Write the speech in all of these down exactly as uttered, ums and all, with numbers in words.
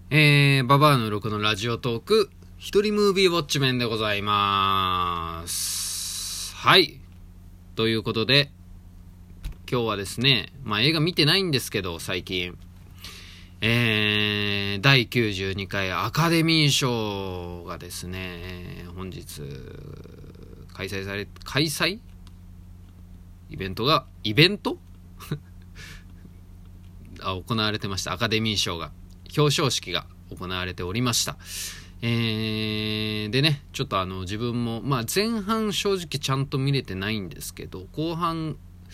えー、ババアの録のラジオトーク、一人ムービーウォッチメンでございます。はい。ということで、今日はですね、まあ映画見てないんですけど、最近。えー、だいきゅうじゅうにかいアカデミー賞がですね、本日、開催され、開催イベントが、イベントあ、行われてました。アカデミー賞が。表彰式が行われておりました。えー、でね、ちょっとあの自分も、まあ前半正直ちゃんと見れてないんですけど、後半、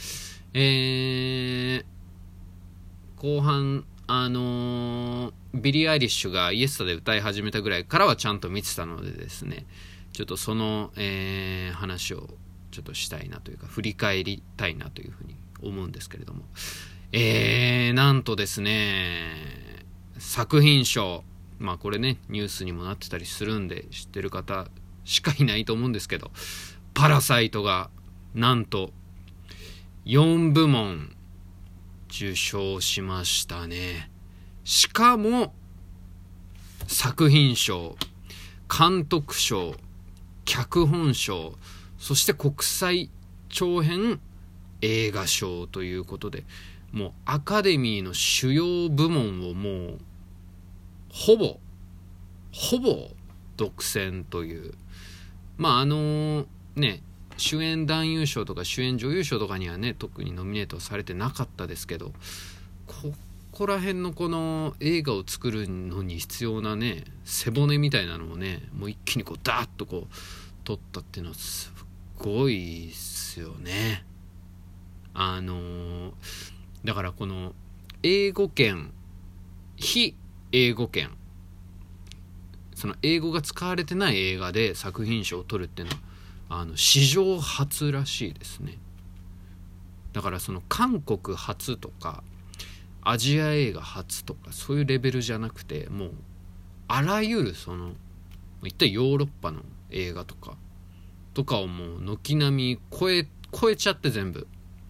えー、後半、あのー、ビリー・アイリッシュがイエスタで歌い始めたぐらいからはちゃんと見てたのでですね、ちょっとその、えー、話をちょっとしたいなというか、振り返りたいなというふうに思うんですけれども、えー、なんとですね、作品賞、まあこれねニュースにもなってたりするんで知ってる方しかいないと思うんですけど、パラサイトがなんとよんぶもん受賞しましたね。しかも作品賞、監督賞、脚本賞、そして国際長編映画賞ということで、もうアカデミーの主要部門をもうほぼほぼ独占という、まああのね主演男優賞とか主演女優賞とかにはね特にノミネートされてなかったですけど、ここら辺のこの映画を作るのに必要なね背骨みたいなのをねもう一気にこうダーッとこう取ったっていうのはすごいですよね。あのー、だからこの英語圏、非英語圏、その英語が使われてない映画で作品賞を取るっていうのはあの史上初らしいですね。だからその韓国初とかアジア映画初とかそういうレベルじゃなくて、もうあらゆるその一体ヨーロッパの映画とかとかをもう軒並み超え超えちゃって、全部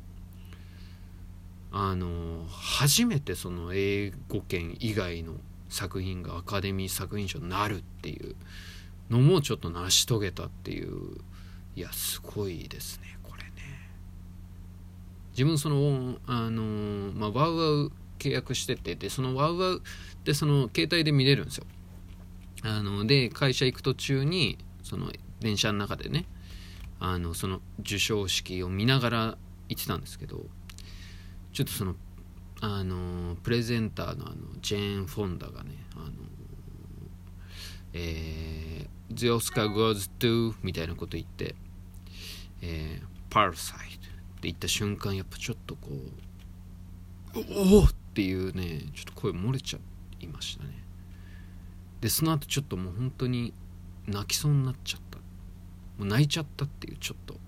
あの初めてその英語圏以外の作品がアカデミー作品賞になるっていうのもちょっと成し遂げたっていう、いやすごいですねこれね。自分そのあのまあワウワウ契約してて、でそのワウワウでその携帯で見れるんですよ。あので会社行く途中にその電車の中でね、あのその授賞式を見ながら行ってたんですけど、ちょっとそのあのプレゼンターのあのジェーン・フォンダがね、あのえー、The Oscar goes to みたいなこと言って、えー、Parasite って言った瞬間、やっぱちょっとこうおおっていうね、ちょっと声漏れちゃいましたね。でその後ちょっともう本当に泣きそうになっちゃった、もう泣いちゃったっていう、ちょっと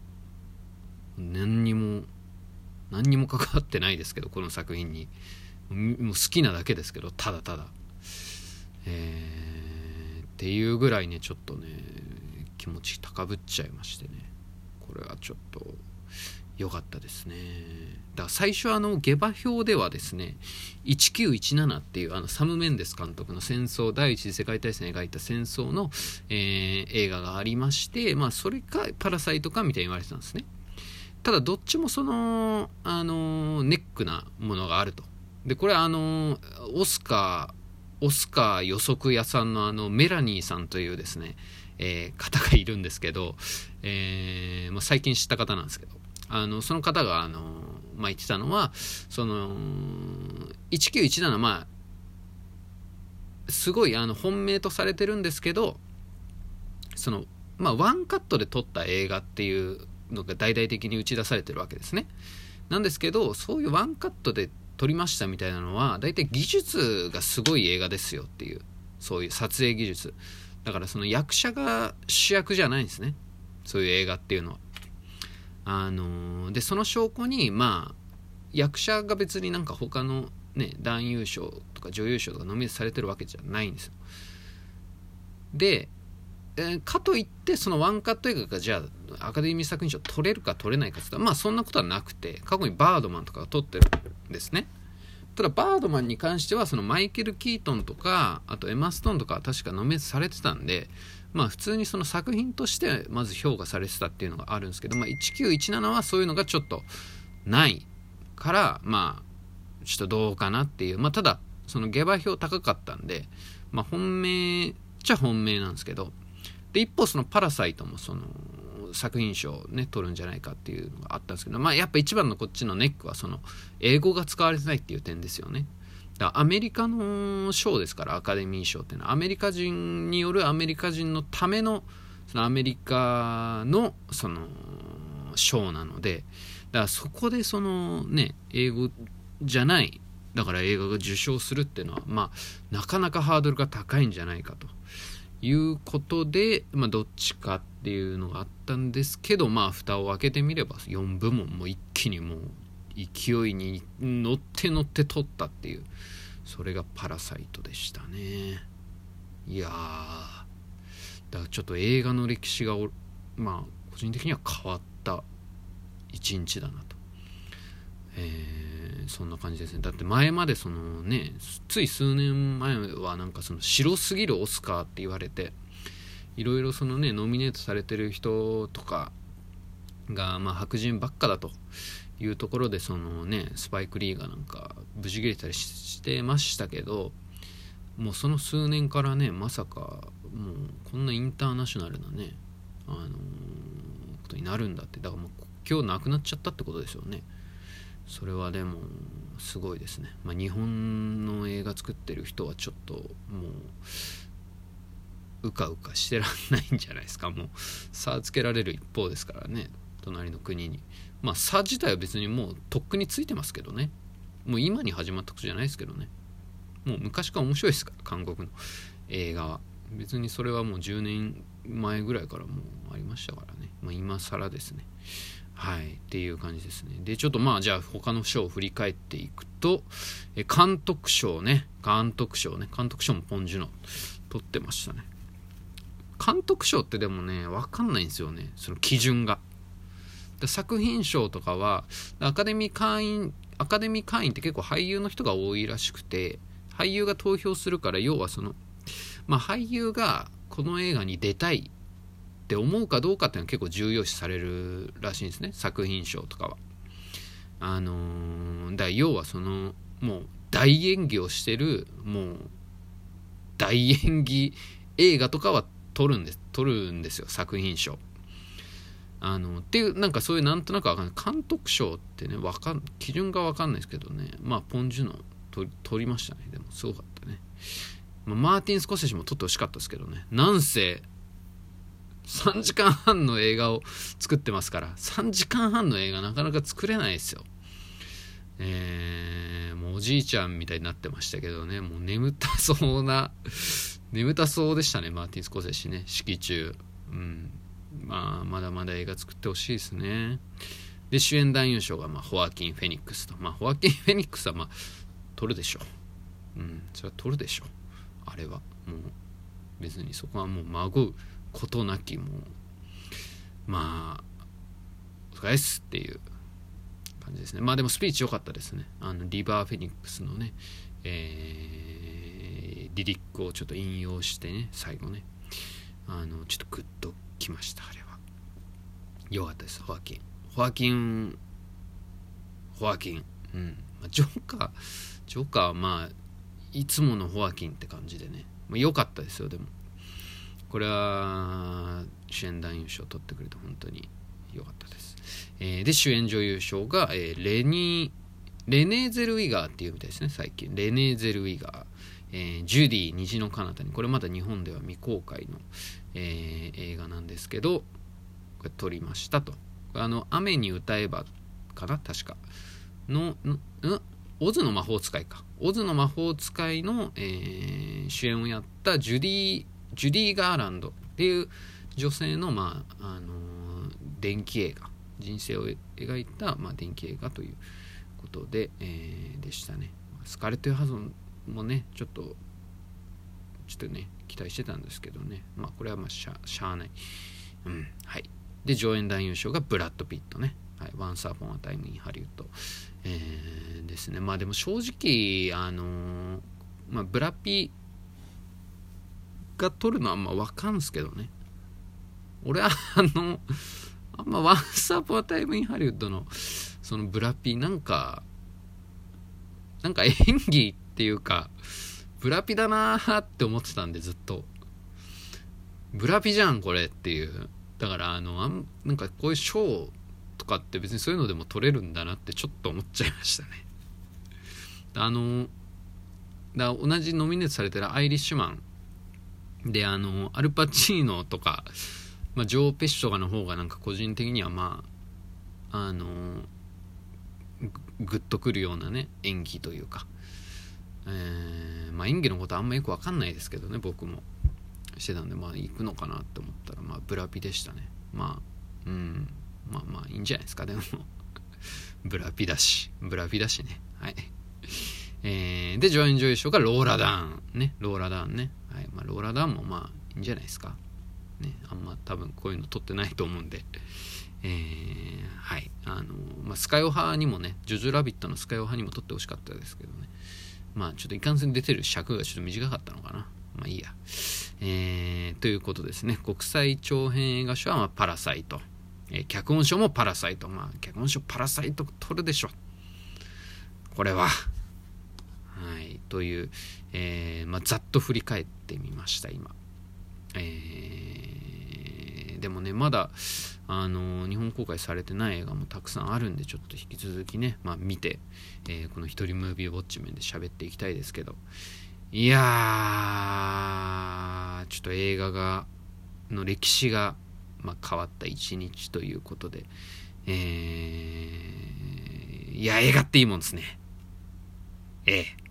何にも何にも関わってないですけどこの作品に、もう好きなだけですけど、ただただ、えー、っていうぐらいねちょっとね気持ち高ぶっちゃいましてね、これはちょっと良かったですね。だから最初あの下馬評ではですねせんきゅうひゃくじゅうななっていうあのサム・メンデス監督の戦争、第一次世界大戦を描いた戦争の、えー、映画がありまして、まあそれかパラサイトかみたいに言われてたんですね。ただどっちもそのあのネックなものがあると。でこれはあのオスカーオスカー予測屋さんのあのメラニーさんというですね、えー、方がいるんですけど、えーまあ、最近知った方なんですけど、あのその方があの、まあ、言ってたのはそのせんきゅうひゃくじゅうなな、まあすごいあの本命とされてるんですけど、そのまあワンカットで撮った映画っていうのが大々的に打ち出されてるわけですね。なんですけど、そういうワンカットで撮りましたみたいなのは大体技術がすごい映画ですよっていう、そういう撮影技術だから、その役者が主役じゃないんですね、そういう映画っていうのは。あのー、でその証拠にまあ役者が別になんか他のね男優賞とか女優賞とかノミネートされてるわけじゃないんですよ。でえー、かといってそのワンカット映画がじゃあアカデミー作品賞取れるか取れないかって言ったら、まあそんなことはなくて、過去にバードマンとかが取ってるんですね。 ただバードマンに関してはそのマイケル・キートンとかあとエマ・ストーンとかは確かノミネートされてたんで、まあ普通にその作品としてまず評価されてたっていうのがあるんですけど、まあ、いちきゅういちななはそういうのがちょっとないからまあちょっとどうかなっていう、まあただその下馬評高かったんで、まあ本命っちゃ本命なんですけど、で一方そのパラサイトもその作品賞をね取るんじゃないかっていうのがあったんですけど、まあやっぱ一番のこっちのネックはその英語が使われてないっていう点ですよね。だからアメリカの賞ですから、アカデミー賞っていうのはアメリカ人によるアメリカ人のためのそのアメリカのその賞なので、だからそこでそのね英語じゃないだから映画が受賞するっていうのはまあなかなかハードルが高いんじゃないかということで、まあどっちかっていうのがあったんですけど、まあ蓋を開けてみればよんぶもんも一気にもう勢いに乗って乗って取ったっていう、それがパラサイトでしたね。いやー、だからちょっと映画の歴史がまあ個人的には変わった一日だなと、えー、そんな感じですね。だって前までそのねつい数年前はなんかその白すぎるオスカーって言われて、いろいろそのねノミネートされてる人とかがまあ白人ばっかだというところで、そのねスパイク・リーがなんかブチ切れたりしてましたけど、もうその数年からねまさかもうこんなインターナショナルなねあのー、ことになるんだって、だからもう今日なくなっちゃったってことですよね。それはでもすごいですね。まあ、日本の映画作ってる人はちょっともううかうかしてらんないんじゃないですか。もう差つけられる一方ですからね、隣の国に。まあ差自体は別にもうとっくについてますけどね、もう今に始まったことじゃないですけどね、もう昔から面白いですから韓国の映画は。別にそれはもうじゅうねんまえぐらいからもうありましたからね、まあ、今更ですね。はいっていう感じですね。でちょっとまあじゃあ他の賞を振り返っていくと、え監督賞ね監督賞ね監督賞もポン・ジュノ取ってましたね。監督賞ってでもね分かんないんですよね、その基準が。作品賞とかはアカデミー会員アカデミー会員って結構俳優の人が多いらしくて、俳優が投票するから、要はそのまあ俳優がこの映画に出たいって思うかどうかっていうのは結構重要視されるらしいんですね、作品賞とかは。あのー、だ要はそのもう大演技をしてるもう大演技映画とかは取るんです取るんですよ作品賞。あのっていうなんかそういうなんとなくわかんない監督賞ってねわかん基準がわかんないですけどね、まあポン・ジュノ取取りましたね。でもすごかったね。まあ、マーティン・スコセッシも取ってほしかったですけどね、なんせさんじかんはんの映画を作ってますから、さんじかんはんの映画なかなか作れないですよ。えー、もうおじいちゃんみたいになってましたけどね、もう眠たそうな眠たそうでしたねマーティン・スコセッシね式中。うんまあまだまだ映画作ってほしいですね。で主演男優賞がまあホアキン・フェニックスと、まあホアキン・フェニックスはまあ取るでしょう。うんそれは取るでしょう。あれはもう別にそこはもうまごうことなきもうまあお疲れっすっていう感じですね。まあでもスピーチ良かったですね。あのリバー・フェニックスのね、えー、リリックをちょっと引用してね最後ねあのちょっとグッときました。あれは良かったです。ホアキンホアキンホアキンうん、まあ、ジョーカージョーカーはまあいつものホアキンって感じでね、まあ、良かったですよ。でもこれは主演男優賞を取ってくれて本当に良かったです。えー、で主演女優賞が、えー、レニーレネーゼルウィガーっていうみたいですね最近。レネーゼルウィガー、えー、ジュディ虹の彼方に、これまだ日本では未公開の、えー、映画なんですけどこれ撮りましたと。あの雨に歌えばかな確かののんオズの魔法使いかオズの魔法使いの、えー、主演をやったジュディジュディ・ガーランドっていう女性の、まああのー、電気映画人生を描いた、まあ、電気映画ということで、えー、でしたね。スカーレット・ヨハンソンもねちょっとちょっとね期待してたんですけどね、まあこれはまあしゃ、しゃあない。うんはい。で上演男優賞がブラッド・ピットね、はい、Once Upon a Time in Hollywood、 えー、ですね。まあでも正直あのー、まあブラピが撮るのはあんまわかんすけどね。俺はあのあんまワンスアポアタイムインハリウッドのそのブラピなんかなんか演技っていうかブラピだなーって思ってたんで、ずっとブラピじゃんこれっていう。だからあのあんなんかこういう賞とかって別にそういうのでも取れるんだなってちょっと思っちゃいましたね。あのだ同じノミネートされてるアイリッシュマンで、あのアルパチーノとか、まあ、ジョー・ペッシュとかの方がなんか個人的にはまああのグッとくるようなね演技というか、えーまあ、演技のことあんまよく分かんないですけどね、僕もしてたんで、まあ行くのかなって思ったら、まあブラピでしたね。まあうんまあまあいいんじゃないですか。でもブラピだしブラピだしね。はい。えー、で助演女優賞がローラ・ダーンね。ローラ・ダーンね。はい。まあローラ・ダーンもまあいいんじゃないですかね。あんま多分こういうの撮ってないと思うんで、えー、はいあのまあスカイオハにもね、ジョジョラビットのスカイオハにも撮ってほしかったですけどね。まあちょっといかんせん出てる尺がちょっと短かったのかな。まあいいや。えー、ということですね。国際長編映画賞はまあパラサイト、えー、脚本賞もパラサイト。まあ脚本賞パラサイト取るでしょこれは。はいという、えーまあ、ざっと振り返ってみました今。えー、でもねまだあの日本公開されてない映画もたくさんあるんで、ちょっと引き続きね、まあ、見て、えー、この一人ムービーウォッチメンで喋っていきたいですけど、いやーちょっと映画がの歴史が、まあ、変わった一日ということで、えー、いや映画っていいもんですね。ええ